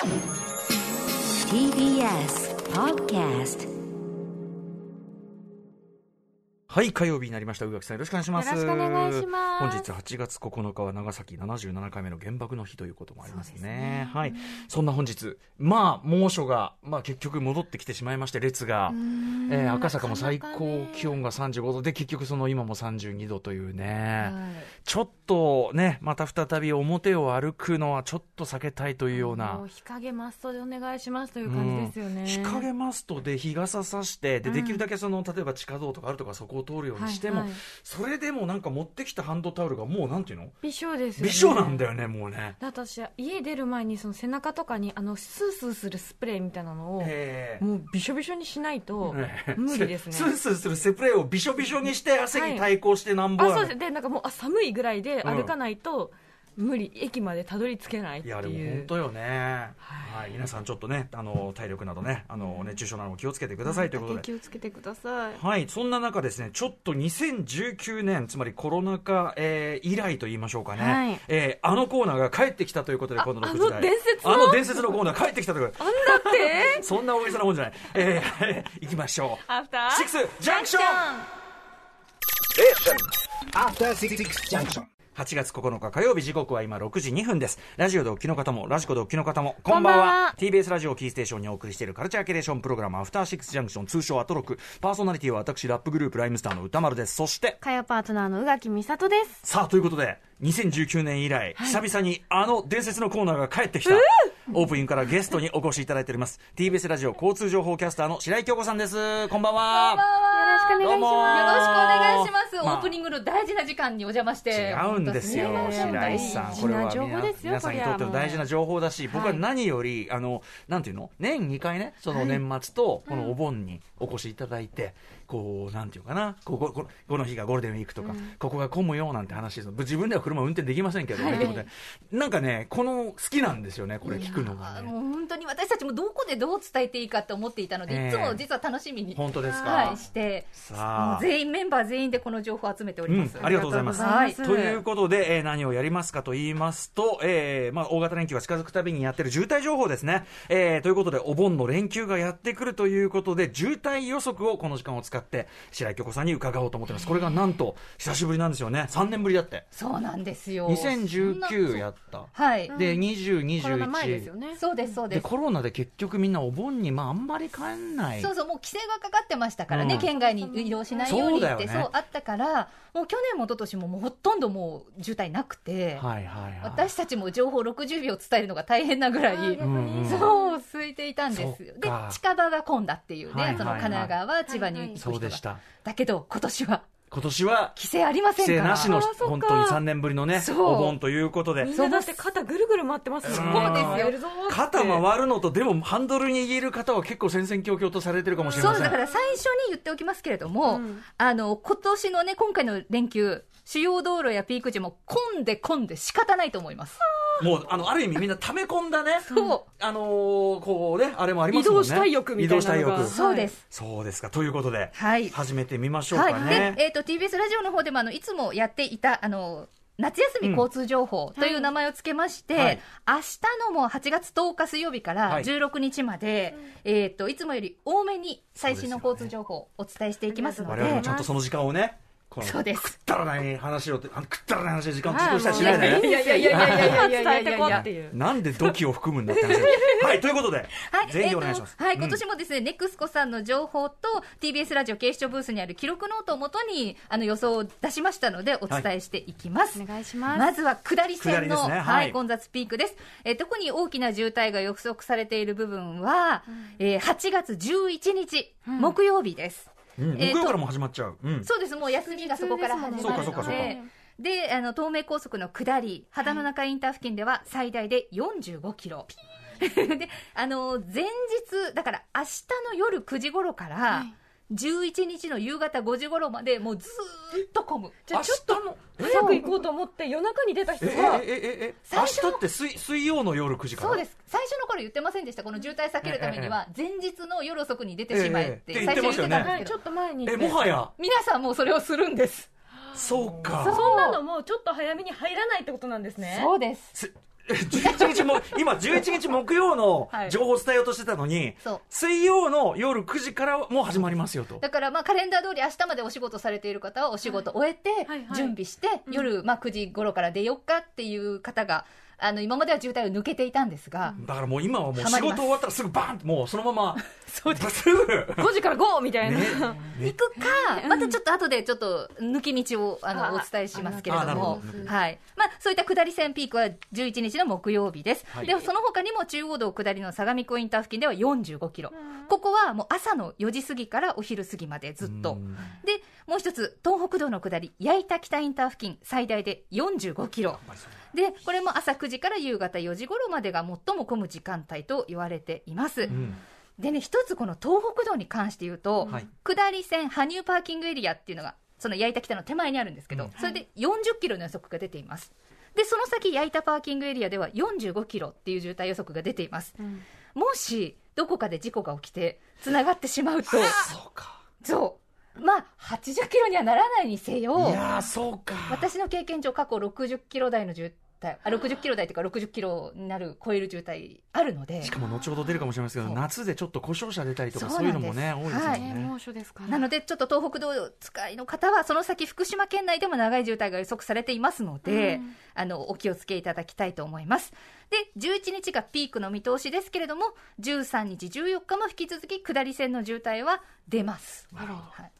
TBS Podcast。 はい、火曜日になりました。宇垣さん、よろしくお願いします。 よろしくお願いします。 本日8月9日は長崎77回目の原爆の日ということもありますね。はい。そんな本日、猛暑が、結局戻ってきてしまいまして、列が、赤坂も最高気温が35度で、結局その今も32度というね、ちょっとね、また再び表を歩くのはちょっと避けたいというような。 もう日陰マストでお願いしますという感じですよね。 日陰マストで日傘さして、できるだけ例えば地下道とかあるとかそこを通るようにしても、それでもなんか持ってきたハンドタオルがもうなんていうの、 びしょですよね。 びしょなんだよね、もうね。 私家出る前にその背中とかにスースーするスプレーみたいなのをもうびしょびしょにしないと無理ですね。 スースーするスプレーをびしょびしょにして汗に対抗してなんぼ、 そうです。でなんかもう寒いぐらいで歩かないと、無理、駅までたどり着けないっていう。 いやでも本当よね、はい、皆さんちょっとね体力などね熱中症なども気をつけてくださいということで、 気をつけてください。 はい、そんな中ですね、ちょっと2019年つまりコロナ禍、以来と言いましょうかね、あのコーナーが帰ってきたということで、今度の9時台あの伝説のコーナー帰ってきたということで、 あんだってそんな大げさなもんじゃない、行きましょう。 アフターシックスジャンクション。 アフターシックスジャンクション。 8月9日火曜日、時刻は今6時2分です。ラジオでお聞きの方もラジコでお聞きの方もこんばんは。 TBS ラジオキーステーションにお送りしているカルチャーキュレーションプログラム、アフターシックスジャンクション、通称アトロク。パーソナリティは私ラップグループライムスターの歌丸です。そして火曜パートナーの宇垣美里です。 さあ、ということで2019年以来、久々にあの伝説のコーナーが帰ってきた、オープニングからゲストにお越しいただいております。 TBS ラジオ交通情報キャスターの白井京子さんです。こんばんは。 よろしくお願いします。 よろしくお願いします。オープニングの大事な時間にお邪魔して。 違うんですよ、白井さん。これは皆さんにとっての大事な情報だし、僕は何よりなんていうの、年2回ね、その年末とこのお盆にお越しいただいて、こうなんていうかな、この日がゴールデンウィークとか、ここが混むよなんて話です。自分では車運転できませんけどね、なんかね、好きなんですよね、これ聞くのがね。 もう本当に私たちもどこでどう伝えていいかと思っていたので、いつも実は楽しみに、 本当ですか、 して、 さあメンバー全員でこの情報を集めております。 ありがとうございます。ということで、何をやりますかと言いますと、大型連休が近づくたびにやってる渋滞情報ですね。ということで、お盆の連休がやってくるということで、渋滞予測をこの時間を使って白井京子さんに伺おうと思ってます。これがなんと久しぶりなんですよね。3年ぶりだって。 そうなんですよ。 2019やった。 はい。 で20、21。 コロナ前ですよね。 そうですそうです。 でコロナで結局みんなお盆にあんまり帰んない。 そうそう、もう規制がかかってましたからね、県外に移動しないようにって、そうあったから、もう去年も一昨年ももうほとんどもう渋滞なくて、私たちも情報60秒伝えるのが大変なぐらい、そう空いていたんですよ。で近場が混んだっていうね、その神奈川、千葉に行く人が。だけど今年は規制ありませんから、 規制なしの本当に3年ぶりのねお盆ということで、 みんなだって肩ぐるぐる回ってますもんね。 そうですよ。 肩回るのと、でもハンドル握る方は結構戦々恐々とされてるかもしれません。 そうだから最初に言っておきますけれども、今年のね、今回の連休、主要道路やピーク時も混んで仕方ないと思います。 もうある意味みんな溜め込んだね、 そうこうね、あれもありますもんね、 移動したい欲みたいなのが。 そうです。 そうですか。ということで、始めてみましょうかね。 はい、で、TBS ラジオの方でもいつもやっていた夏休み交通情報という名前をつけまして、明日のもう8月10日水曜日から16日まで、いつもより多めに最新の交通情報をお伝えしていきますので、 我々もちゃんとその時間をね、 そうです。 くったらない話で時間潰したりしないでね。 いや伝えてこっていう。 なんで土器を含むんだって話。はい、ということで、全員お願いします。 はい、今年もですね、ネクスコさんの情報と TBS ラジオ警視庁ブースにある記録ノートをもとに予想を出しましたのでお伝えしていきます。 お願いします。 まずは下り線の混雑ピークです。特に大きな渋滞が予測されている部分は8月11日木曜日です。 木曜からも始まっちゃう。 そうです。もう休みがそこから始まるので。で、東名高速の下り、秦野中インター付近では最大で45キロ。で、前日、だから明日の夜9時頃から、11日の夕方5時頃までもうずーっと混む。 じゃあちょっと早く行こうと思って夜中に出た人が明日って水曜の夜9時から。 そうです。最初の頃言ってませんでした。この渋滞避けるためには前日の夜遅くに出てしまえって最初言ってたんですけど、 ちょっと前にもはや皆さんもうそれをするんです。 そうか。 そんなのもうちょっと早めに入らないってことなんですね。 そうです。 11日も今11日木曜の情報を伝えようとしてたのに、はい、水曜の夜9時からもう始まりますよと。 だからまあカレンダー通り明日までお仕事されている方はお仕事終えて準備して、夜まあ9時頃から出よっかっていう方が今までは渋滞を抜けていたんですが、 だからもう今はもう仕事終わったらすぐバーンってもうそのままそうです5時からゴーみたいな、ね、 行くか、またちょっと後でちょっと抜き道をお伝えしますけれども、はい、まあ、そういった下り線ピークは11日の木曜日です、はい、でその他にも中央道下りの相模湖インター付近では45キロ、ここはもう朝の4時過ぎからお昼過ぎまでずっとで、もう一つ東北道の下り矢板北インター付近最大で45キロで、これも朝9時から夕方4時頃までが最も混む時間帯と言われています、でね、一つこの東北道に関して言うと、下り線羽生パーキングエリアっていうのがその矢板北の手前にあるんですけど、それで40キロの予測が出ています。でその先矢板パーキングエリアでは45キロっていう渋滞予測が出ています、もしどこかで事故が起きてつながってしまうとそうまあ80キロにはならないにせよ、 いやそうか、 私の経験上過去60キロ台の渋滞60キロ台というか60キロになる超える渋滞あるので、 しかも後ほど出るかもしれませんけど、夏でちょっと故障車出たりとかそういうのもね多いですよね、 猛暑ですから。 なのでちょっと東北道使いの方はその先福島県内でも長い渋滞が予測されていますので、お気をつけいただきたいと思います。で11日がピークの見通しですけれども、13日14日も引き続き下り線の渋滞は出ます、はい、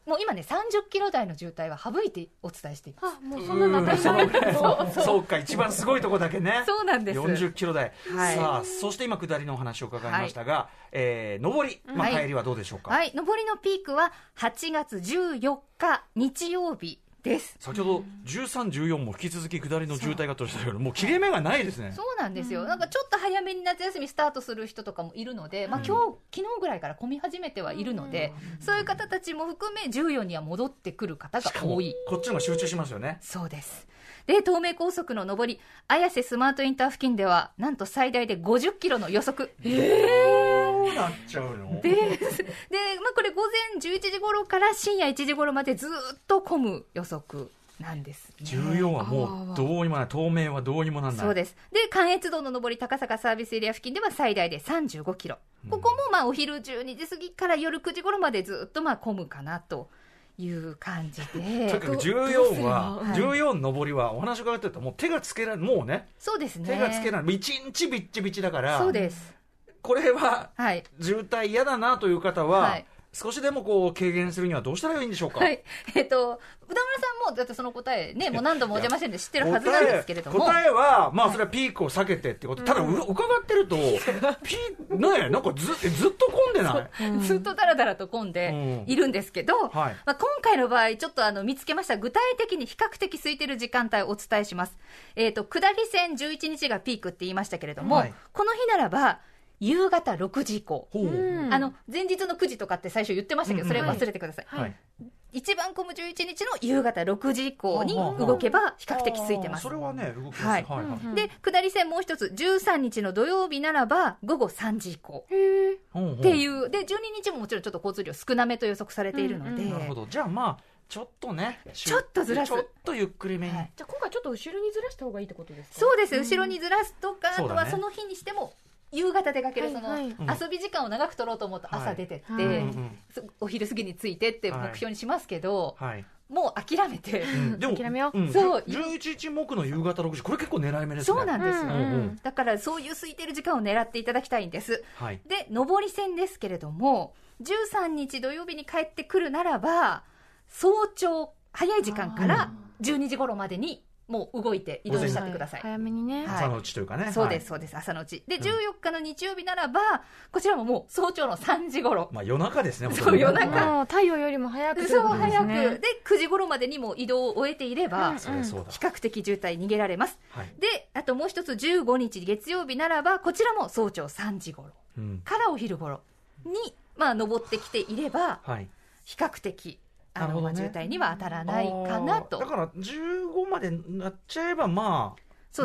もう今ね30キロ台の渋滞は省いてお伝えしています。 もうそんなの当たり前そうか、一番すごいとこだけねそうなんです、 40キロ台、はい、さあそして今下りのお話を伺いましたが、上り、まあ、帰りはどうでしょうか。 はい、上りのピークは8月14日日曜日です。 先ほど13、14も引き続き下りの渋滞がとしてるけど、もう切れ目がないですね。 そうなんですよ、なんかちょっと早めに夏休みスタートする人とかもいるので、まあ、昨日ぐらいから混み始めてはいるので、そういう方たちも含め14には戻ってくる方が多い。 こっちの方が集中しますよね。 そうです。で東名高速の上り綾瀬スマートインター付近ではなんと最大で50キロの予測。 そうなっちゃうので、まあ、これ午前11時頃から深夜1時頃までずっと混む予測なんです、ね、 14はもうどうにもない、東名はどうにもなんない。 そうです。で関越道の上り高坂サービスエリア付近では最大で35キロ、ここもまあお昼12時過ぎから夜9時頃までずっとまあ混むかなという感じで、 とにかく14は、14上りはお話伺ってるともう手がつけられない、もうね、 そうですね、 手がつけられない、1日ビッチビチだから、 そうです。 これは、渋滞嫌だなという方は、少しでもこう軽減するにはどうしたらいいんでしょうか。 はい、宇田村さんもだってその答えね、もう何度もお邪魔してるんで知ってるはずなんですけれども、 答えはまあそれはピークを避けてってこと、ただ伺ってるとね、なんかずっと混んでない、 ずっとだらだらと混んでいるんですけど、まあ、今回の場合ちょっと見つけました。具体的に比較的空いてる時間帯をお伝えします。下り線11日がピークって言いましたけれども、この日ならば夕方6時以降、前日の9時とかって最初言ってましたけど、それ忘れてください、一番混む11日の夕方6時以降に動けば比較的空いてます。 それはね動きます、 で下り線もう一つ13日の土曜日ならば午後3時以降っていうで、12日ももちろんちょっと交通量少なめと予測されているので、 なるほど。じゃあまあちょっとね、 ちょっとずらす、 ちょっとゆっくりめに、 じゃあ今回ちょっと後ろにずらした方がいいってことですか。 そうです、後ろにずらすとか、あとはその日にしても夕方出かける、その遊び時間を長く取ろうと思うと朝出てって、お昼過ぎに着いてって目標にしますけど、もう諦めて、 でも諦めよう、 そう11日木の夕方6時、これ結構狙い目ですね。 そうなんですよ、だからそういう空いてる時間を狙っていただきたいんです、で上り線ですけれども、13日土曜日に帰ってくるならば早朝早い時間から12時頃までにもう動いて移動しちゃってください、 早めにね、 朝のうちというかね、 そうですそうです、朝のうちで、14日の日曜日ならばこちらももう早朝の3時頃、 まあ夜中ですね。 そう、夜中、 太陽よりも早く、 そう早くで9時頃までにも移動を終えていれば、比較的渋滞逃げられます、であともう一つ15日月曜日ならばこちらも早朝3時頃からお昼頃にまあ登ってきていれば、比較的渋滞には当たらないかなと。 だから15までなっちゃえばまあそうです、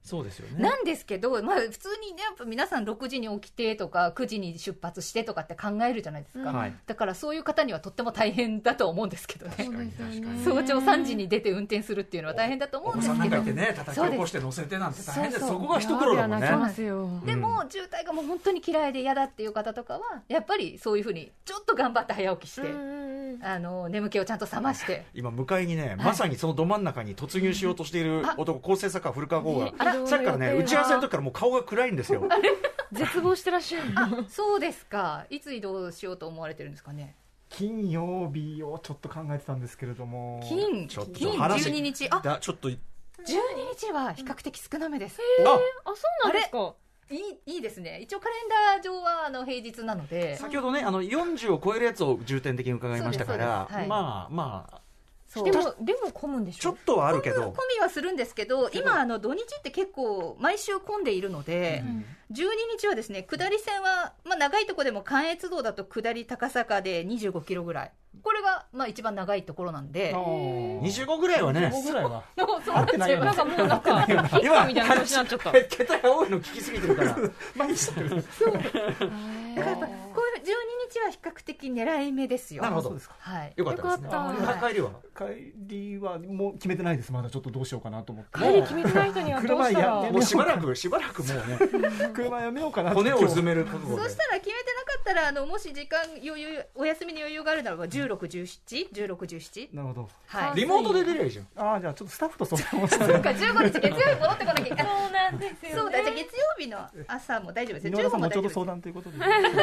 そうですよね。 なんですけど、普通にね、やっぱ皆さん6時に起きてとか9時に出発してとかって考えるじゃないですか、だからそういう方にはとっても大変だと思うんですけどね。早朝3時に出て運転するっていうのは大変だと思うんですけど、お子さんなんかいてね、叩き起こして乗せてなんて大変です。そこが一苦労だもんね。でも渋滞がもう本当に嫌いで嫌だっていう方とかはやっぱりそういうふうにちょっと頑張って早起きして、眠気をちゃんと覚まして今向かいにね、まさにそのど真ん中に突入しようとしている男、構成作家古川剛がさっきからね、打ち合わせの時からもう顔が暗いんですよ。 絶望してらっしゃる。 そうですか。いつ移動しようと思われてるんですかね。 金曜日をちょっと考えてたんですけれども、 金12日、 ちょっと12 日は比較的少なめです。 そうなんですか。 いいですね。一応カレンダー上は平日なので、 先ほどね40を超えるやつを重点的に伺いましたから、まあでも混むんでしょ。 ちょっとはあるけど、 混みはするんですけど、今土日って結構毎週混んでいるので、12日はですね、下り線は、長いところでも関越道だと下り高坂で25キロぐらい、これが一番長いところなんで、 25ぐらいはね、 25ぐらいは合ってないよね。なんかもうなんか一個みたいな話になっちゃった。 桁が多いの聞きすぎてるから毎日してる。 だからやっぱこういう12日は比較的狙い目ですよ。 なるほど。 はい。 よかったですね。 帰りはもう決めてないです。まだちょっとどうしようかなと思って。 帰り決めてない人にはどうしたら。 もうしばらくもうね。 車やめようかな。 骨をうずめる覚悟で。 そうしたら決めてなかったらもし時間お休みに余裕があるならば16、17。 なるほど。 はい。 リモートで出ればいいじゃん。 じゃあちょっとスタッフと相談をして。 そうか、15日月曜日戻ってこなきゃいけない。 そうなんですよね。 そうだ、じゃあ月曜日の朝も大丈夫ですよ。 井上さんもちょうど相談ということで。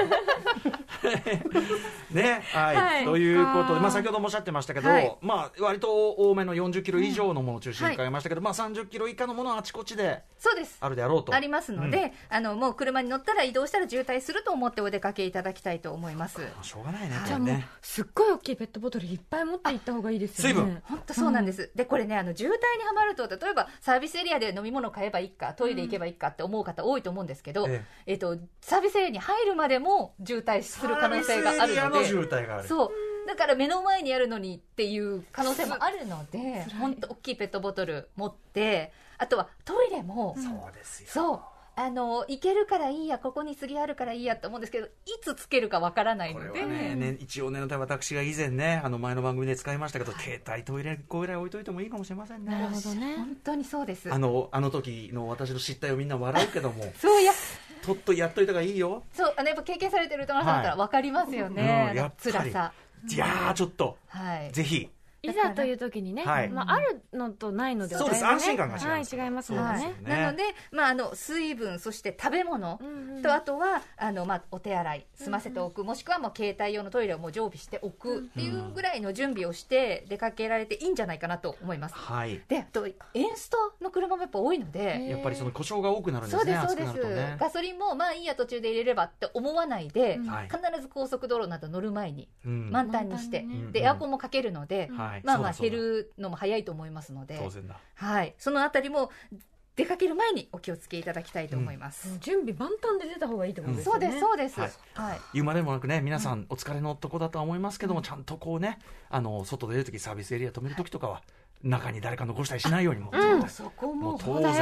ね、はい、ということで、先ほどもおっしゃってましたけど、割と多めの40キロ以上のものを中心に伺いましたけど、30キロ以下のものはあちこちであるであろうと。 ありますので、もう車に乗ったら移動したら渋滞すると思ってお出かけいただきたいと思います。 しょうがないね。 じゃあもうすっごい大きいペットボトルいっぱい持っていった方がいいですよね。 水分。 本当そうなんです。でこれね、渋滞にはまると、例えばサービスエリアで飲み物買えばいいか、トイレ行けばいいかって思う方多いと思うんですけど、サービスエリアに入るままでも渋滞する可能性があるので、そうだから目の前にあるのにっていう可能性もあるので、本当大きいペットボトル持って、あとはトイレも、 そうですよ。 そう行けるからいいや、ここに次あるからいいやと思うんですけど、いつつけるかわからないので、 これはね、一応念のため私が以前ね、前の番組で使いましたけど、携帯トイレ1個ぐらい置いといてもいいかもしれませんね。 なるほどね。 本当にそうです。 あの時の私の失態をみんな笑うけどもそうやっといた方がいいよ。 そう、やっぱ経験されてる歌丸さんだったら分かりますよね、辛さ。 いやちょっと、ぜひいざという時にね、あるのとないのでは、 そうです、安心感が違いますのでね。 なので、水分、そして食べ物と、あとはお手洗い済ませておく、もしくはもう携帯用のトイレをもう常備しておくっていうぐらいの準備をして出かけられていいんじゃないかなと思います。で、あとエンストの車もやっぱ多いので、 やっぱりその故障が多くなるんですね。 そうです、ガソリンもいいや途中で入れればって思わないで、必ず高速道路など乗る前に満タンにして、でエアコンもかけるので、減るのも早いと思いますので、 当然だ。 そのあたりも出かける前にお気をつけいただきたいと思います。 準備万端で出た方がいいと思うんですよね。 そうです。 言うまでもなくね、皆さんお疲れのとこだとは思いますけども、ちゃんとこうね、外で出るとき、サービスエリア止めるときとかは中に誰か残したりしないようにも。 そこも当然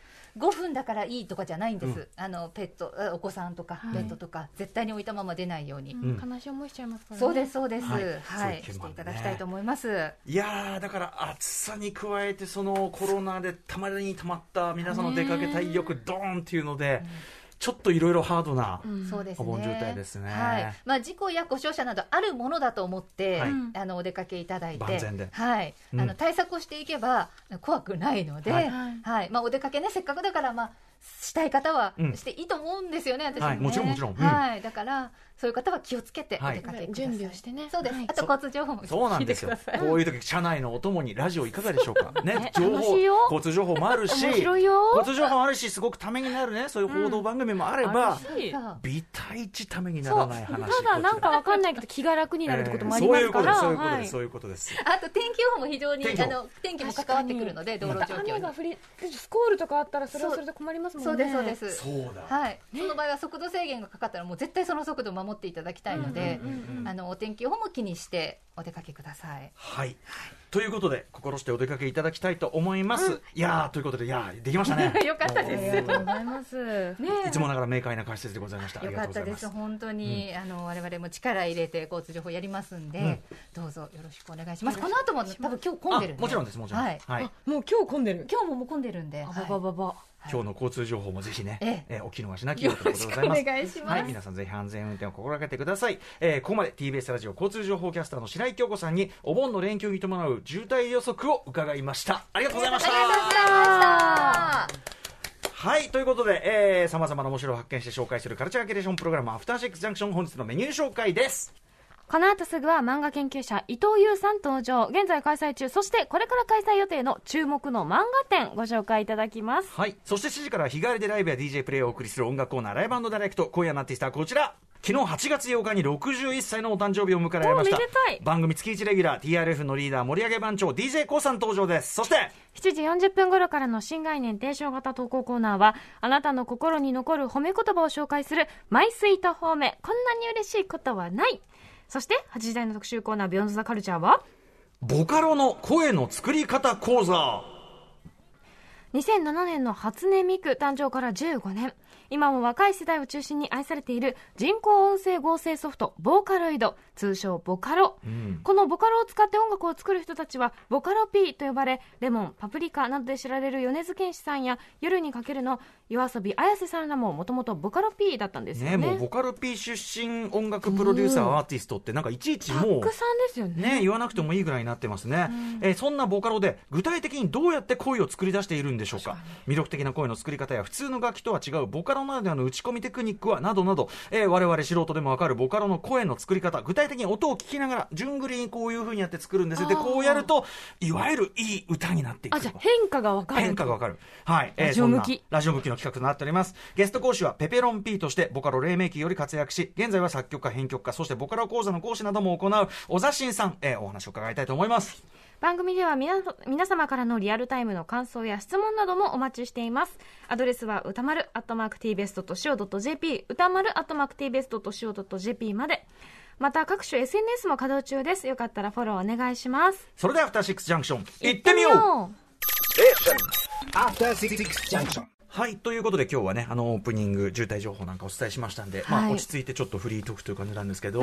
5分だからいいとかじゃないんです。ペット、お子さんとかペットとか絶対に置いたまま出ないように。 悲しい思いしちゃいますからね。 そうです。していただきたいと思います。 いやだから暑さに加えて、そのコロナでたまりにたまった皆さんの出かけた意欲ドーンっていうので、ちょっといろいろハードなお盆渋滞ですね。 事故や故障者などあるものだと思って、お出かけいただいて、 万全で、 対策をしていけば怖くないので、お出かけね、せっかくだからしたい方はしていいと思うんですよね、私もね。 もちろん、 だからそういう方は気をつけてお出かけください。 準備をしてね。 そうです。あと交通情報も聞いてください。 こういう時、車内のお供にラジオいかがでしょうかね。交通情報もあるし、交通情報もあるし、すごくためになるね、そういう報道番組もあれば、ビタ一ためにならない話。 ただなんかわかんないけど気が楽になるってこともありますから。 そういうことです。 あと天気予報も非常に天気も関わってくるので、道路状況に。 雨がスコールとかあったらそれはそれで困りますもんね。 そうですそうです。 そうだ、 はい、その場合は速度制限がかかったらもう絶対その速度を守っていただきたいので、お天気予報も気にしてお出かけください。 はい、ということで心してお出かけいただきたいと思います、いやーということで、いやーできましたねよかったです。 ありがとうございます、ね、 いつもながら明快な解説でございました。 よかったです。本当に、我々も力入れて交通情報やりますんで、どうぞよろしくお願いします。この後も多分今日混んでるんで。 もちろんです、もちろん、はいはい、もう今日混んでる。 今日も混んでるんで、 今日の交通情報もぜひね、お聞き逃しなきようということでございます。 よろしくお願いします。 はい、皆さんぜひ安全運転を心がけてください。ここまで TBS ラジオ交通情報キャスターの白井京子さんにお盆の連休に伴う渋滞予測を伺いました。ありがとうございました。 ありがとうございました。 はい、ということで、様々な面白を発見して紹介するカルチャーキュレーションプログラムアフターシックスジャンクション、本日のメニュー紹介です。 この後すぐは漫画研究者伊藤優さん登場。現在開催中、そしてこれから開催予定の注目の漫画展ご紹介いただきます。 はい、そして7時から日帰りでライブや DJ プレイをお送りする音楽コーナーライブ&ダイレクト。今夜のアーティストはこちら。昨日8月8日に61歳のお誕生日を迎えられました。番組月1レギュラー TRF のリーダー盛り上げ番長 DJ コウさん登場です。そして 7時40分頃からの新概念提唱型投稿コーナーは、あなたの心に残る褒め言葉を紹介するマイスイート褒め、こんなに嬉しいことはない。そして8時台の特集コーナービヨンドザカルチャーはボカロの声の作り方講座。 2007年の初音ミク誕生から15年、今も若い世代を中心に愛されている人工音声合成ソフトボーカロイド、通称ボカロ、このボカロを使って音楽を作る人たちはボカロ P と呼ばれ、レモン、パプリカなどで知られる米津玄師さんや夜にかけるのYOASOBI綾瀬さんらももともとボカロ P だったんですよね。 もうボカロ P 出身音楽プロデューサー、アーティストってなんかいちいちもうたくさんですよね。 言わなくてもいいぐらいになってますね。そんなボカロで具体的にどうやって声を作り出しているんでしょうか。魅力的な声の作り方や普通の楽器とは違うボカロならではの打ち込みテクニックはなどなど、我々素人でもわかるボカロの声の作り方、具体的に音を聞きながら順繰りにこういう風にやって作るんですよ。でこうやるといわゆるいい歌になっていく。 じゃあ変化がわかる。 変化がわかる。はい、 ラジオ向き、 ラジオ向きの企画となっております。ゲスト講師はペペロン P としてボカロ黎明期より活躍し、現在は作曲家編曲家、そしてボカロ講座の講師なども行う小座新さん、お話を伺いたいと思います。 番組では皆様からのリアルタイムの感想や質問などもお待ちしています。アドレスは歌丸@tbs.co.jp、歌丸@tbs.co.jp まで。また各種 SNS も稼働中です。よかったらフォローお願いします。 それではアフターシックスジャンクション行ってみよう。 アフターシックスジャンクション。 はい、ということで今日はね、オープニング渋滞情報なんかお伝えしましたんで、落ち着いてちょっとフリートークという感じなんですけど、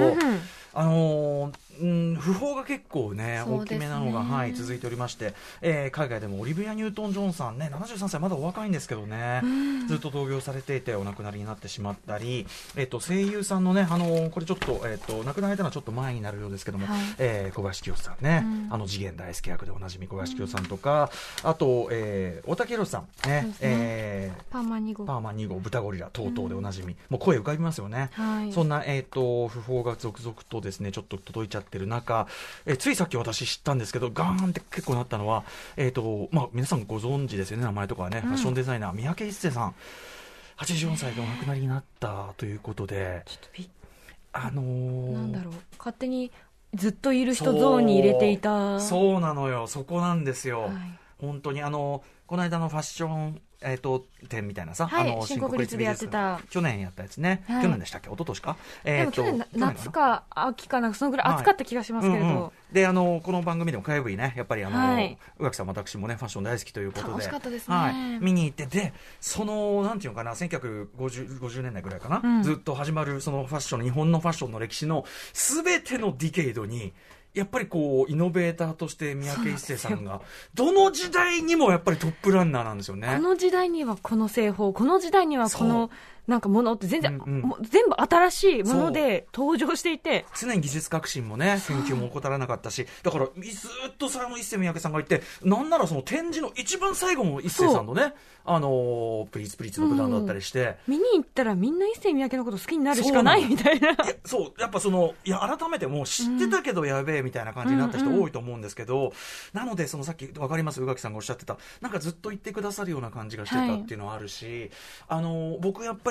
訃報が結構ね大きめなのが、続いておりまして、海外でもオリビア・ニュートン・ジョンさんね、73歳、まだお若いんですけどね、ずっと闘病されていてお亡くなりになってしまったり、声優さんのね、これちょっと、亡くなられたのはちょっと前になるようですけども、小林清志さんね、次元大介役でおなじみ小林清志さんとか、あと、大竹宏さんね、 パーマン2号、 豚ゴリラ等々でおなじみ、もう声浮かびますよね。そんな、訃報が続々とですねちょっと届いちゃってる中、ついさっき私知ったんですけど、ガーンって結構なったのは、皆さんご存知ですよね、名前とかはね、ファッションデザイナー三宅一生さん、84歳でお亡くなりになったということで、 ちょっとなんだろう、勝手にずっといる人ゾーンに入れていた。 そうなのよ、そこなんですよ、本当にこの間のファッション展みたいなさ、 新国立でやってた去年やったやつね、去年でしたっけ、一昨年か、 でも去年夏か秋かなんかそのぐらい暑かった気がしますけれど、 でこの番組でも火曜日ね、やっぱり宇垣さん私もねファッション大好きということで楽しかったですね、 見に行って、でそのなんていうのかな、1950年代ぐらいかな、ずっと始まるそのファッション、日本のファッションの歴史のすべてのディケイドにやっぱりこうイノベーターとして三宅一生さんがどの時代にもやっぱりトップランナーなんですよね。 この時代にはこの製法、この時代にはこのなんかものって全然部新しいもので登場していて、 常に技術革新もね研究も怠らなかったし、だからずっと一生三宅さんがいて、なんならその展示の一番最後も一生さんのねプリーツの舞台だったりして、 見に行ったらみんな一生三宅のこと好きになるしかないみたいな。 やっぱ改めてもう知ってたけどやべえみたいな感じになった人多いと思うんですけど、なのでさっき分かります、宇垣さんがおっしゃってた、なんかずっと言ってくださるような感じがしてたっていうのはあるし、僕やっぱり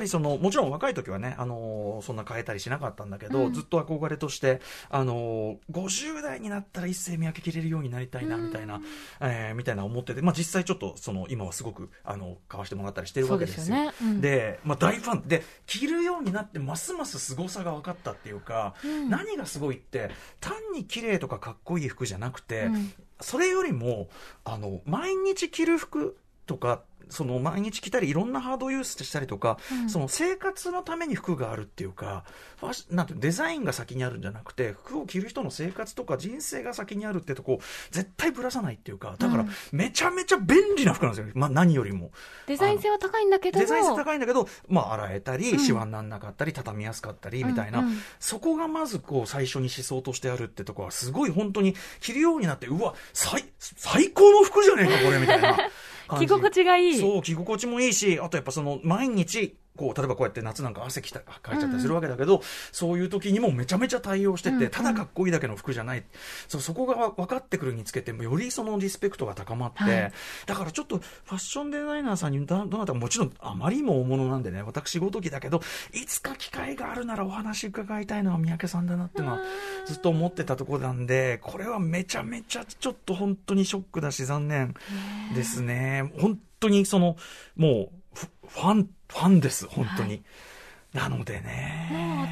りもちろん若い時はね、そんな変えたりしなかったんだけど、ずっと憧れとして、50代になったら一世三宅着れるようになりたいな、みたいな、みたいな思ってて、実際ちょっと、今はすごく、買わしてもらったりしてるわけですよ。で、大ファンで、着るようになって、ますます凄さが分かったっていうか、何がすごいって、単に綺麗とかかっこいい服じゃなくて、それよりも、毎日着る服とか、毎日着たりいろんなハードユースしたりとか、生活のために服があるっていうか、なんていうデザインが先にあるんじゃなくて、服を着る人の生活とか人生が先にあるってとこ絶対ぶらさないっていうか、だからめちゃめちゃ便利な服なんですよ、何よりも。 デザイン性は高いんだけど、 洗えたりシワにならなかったり畳みやすかったりみたいな、そこがまず最初に思想としてあるってとこはすごい本当に着るようになって、うわ最高の服じゃねえかこれみたいな着心地がいい。 そう、着心地もいいし、あとやっぱ毎日、例えばこうやって夏なんか汗かいちゃったりするわけだけど、そういう時にもめちゃめちゃ対応してて、ただかっこいいだけの服じゃない。そこが分かってくるにつけて、よりリスペクトが高まって、だからちょっとファッションデザイナーさんにどなたもちろんあまりにも大物なんでね、私ごときだけど、いつか機会があるならお話伺いたいのは三宅さんだなっていうのはずっと思ってたところなんで、これはめちゃめちゃちょっと本当にショックだし残念ですね。本当にもうファンです、本当に。なのでね。 も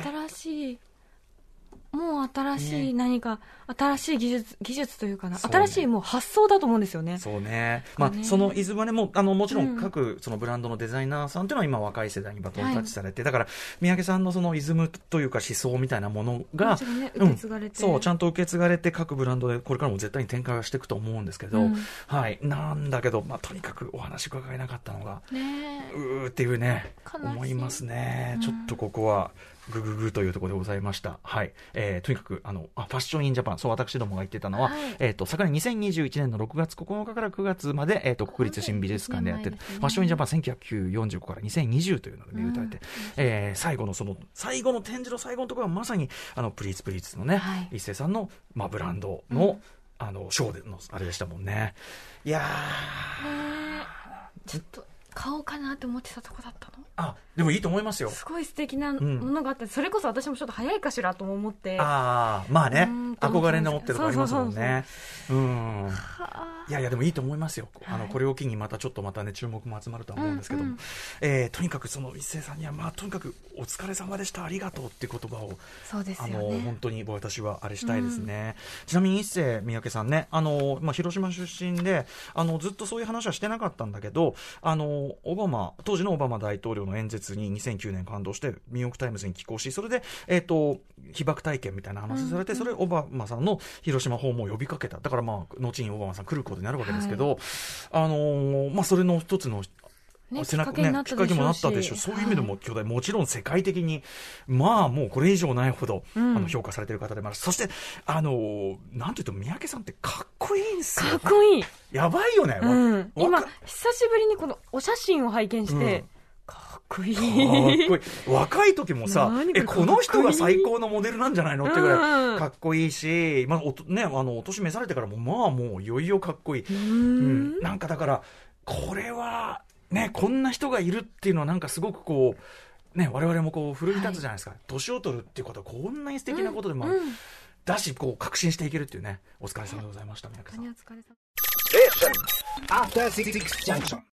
う新しい何か、新しい技術というかな、新しいもう発想だと思うんですよね。 そうね。そのイズムねも、もちろん各ブランドのデザイナーさんというのは今若い世代にバトンタッチされて、だから、三宅さんのイズムというか思想みたいなものが、 受け継がれて、 そう、ちゃんと受け継がれて各ブランドでこれからも絶対に展開はしていくと思うんですけど、はい。なんだけど、とにかくお話伺えなかったのが、っていうね、思いますね。ちょっとここは、グググというところでございました。はい。とにかく、ファッションインジャパン、そう、私どもが言ってたのは、昨年2021年の6月9日から9月まで、国立新美術館でやってる、ファッションインジャパン1945から2020というので打たれて、最後の展示の最後のところはまさに、プリーツのね、一斉さんの、ブランドの、ショーでの、あれでしたもんね。いやー。ちょっと。買おうかなって思ってたとこだったの。 でもいいと思いますよ。 すごい素敵なものがあって、それこそ私もちょっと早いかしらと思って。 憧れの持ってるとこありますもんね。いやでもいいと思いますよ。これを機にまたね、注目も集まるとは思うんですけども。とにかく一斉さんには、とにかくお疲れ様でした、ありがとうっていう言葉を。 そうですよね。 本当に私はあれしたいですね。ちなみに三宅さんね、広島出身で、ずっとそういう話はしてなかったんだけど、当時のオバマ大統領の演説に2009年感動してニューヨークタイムズに寄稿し、それで、被爆体験みたいな話されて、それオバマさんの広島訪問を呼びかけた。だから後にオバマさん来ることになるわけですけど、それの一つのきっかけにもなったでしょう。そういう意味でも巨大、もちろん世界的にもうこれ以上ないほど、評価されている方でもある。そしてなんていうと三宅さんってかっこいいんですよ。 かっこいい。 やばいよね。 今久しぶりにこのお写真を拝見して、かっこいい。 かっこいい。若い時もさ、この人が最高のモデルなんじゃないのってぐらいかっこいいし、お年召されてからももういよいよかっこいい。なんかだからこれはね、こんな人がいるっていうのはなんかすごく我々も奮い立つじゃないですか。年を取るっていうことはこんなに素敵なことでもある。だし、確信していけるっていうね。お疲れ様でございました、三宅さん。 お疲れ様。 After 66 junction.